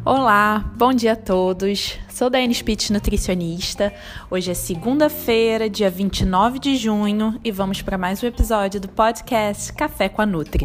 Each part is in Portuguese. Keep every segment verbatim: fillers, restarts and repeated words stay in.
Olá, bom dia a todos. Sou Daiane Spitz, nutricionista. Hoje é segunda-feira, dia vinte e nove de junho, e vamos para mais um episódio do podcast Café com a Nutri.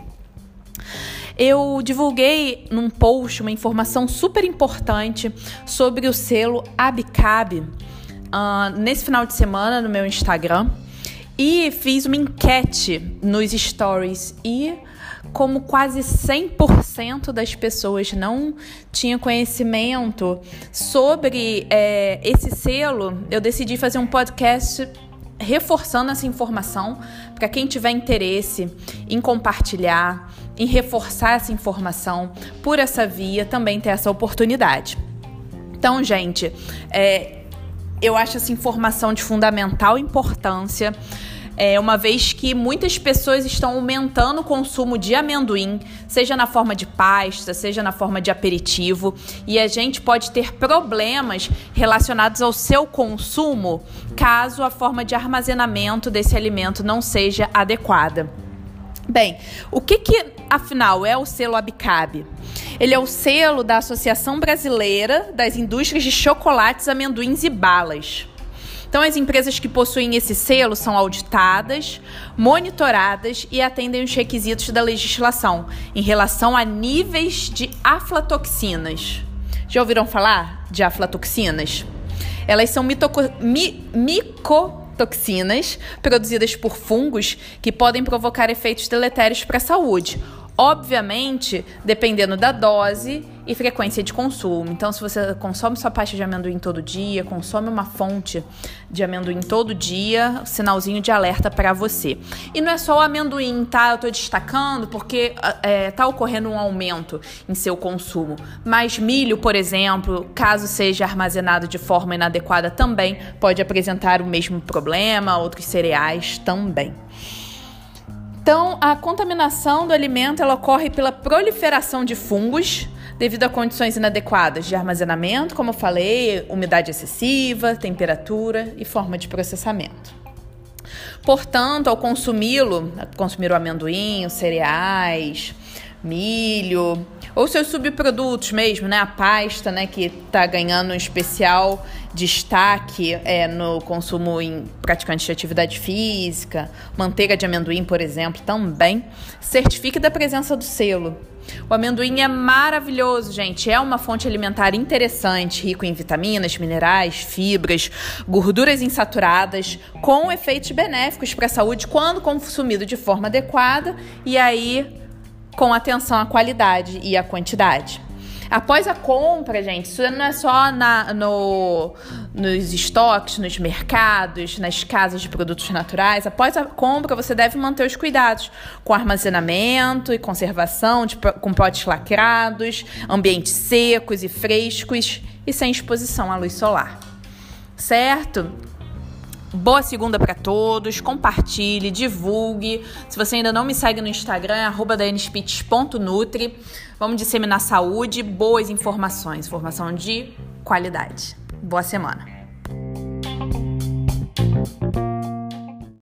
Eu divulguei num post uma informação super importante sobre o selo Abicab uh, nesse final de semana no meu Instagram e fiz uma enquete nos stories e como quase cem por cento das pessoas não tinham conhecimento sobre é, esse selo, eu decidi fazer um podcast reforçando essa informação para quem tiver interesse em compartilhar, em reforçar essa informação por essa via, também ter essa oportunidade. Então, gente, é, eu acho essa informação de fundamental importância, É, uma vez que muitas pessoas estão aumentando o consumo de amendoim, seja na forma de pasta, seja na forma de aperitivo, e a gente pode ter problemas relacionados ao seu consumo caso a forma de armazenamento desse alimento não seja adequada. Bem, o que que, afinal, é o selo Abicab? Ele é o selo da Associação Brasileira das Indústrias de Chocolates, Amendoins e Balas. Então, as empresas que possuem esse selo são auditadas, monitoradas e atendem os requisitos da legislação em relação a níveis de aflatoxinas. Já ouviram falar de aflatoxinas? Elas são mitoco- mi- micotoxinas produzidas por fungos que podem provocar efeitos deletérios para a saúde. Obviamente, dependendo da dose e frequência de consumo. Então, se você consome sua pasta de amendoim todo dia, consome uma fonte de amendoim todo dia, sinalzinho de alerta para você. E não é só o amendoim, tá? Eu tô destacando porque é, tá ocorrendo um aumento em seu consumo. Mas milho, por exemplo, caso seja armazenado de forma inadequada, também pode apresentar o mesmo problema, outros cereais também. Então, a contaminação do alimento ela ocorre pela proliferação de fungos devido a condições inadequadas de armazenamento, como eu falei, umidade excessiva, temperatura e forma de processamento. Portanto, ao consumi-lo, consumir o amendoim, os cereais, milho, ou seus subprodutos mesmo, né? A pasta, né, que está ganhando um especial destaque é, no consumo em praticantes de atividade física, manteiga de amendoim, por exemplo, também, certifique da presença do selo. O amendoim é maravilhoso, gente, é uma fonte alimentar interessante, rico em vitaminas, minerais, fibras, gorduras insaturadas, com efeitos benéficos para a saúde quando consumido de forma adequada e aí com atenção à qualidade e à quantidade. Após a compra, gente, isso não é só na, no, nos estoques, nos mercados, nas casas de produtos naturais. Após a compra, você deve manter os cuidados com armazenamento e conservação, de, com potes lacrados, ambientes secos e frescos e sem exposição à luz solar. Certo? Boa segunda para todos, compartilhe, divulgue. Se você ainda não me segue no Instagram, é arroba daiane spitz ponto nutri. Vamos disseminar saúde, boas informações, informação de qualidade. Boa semana.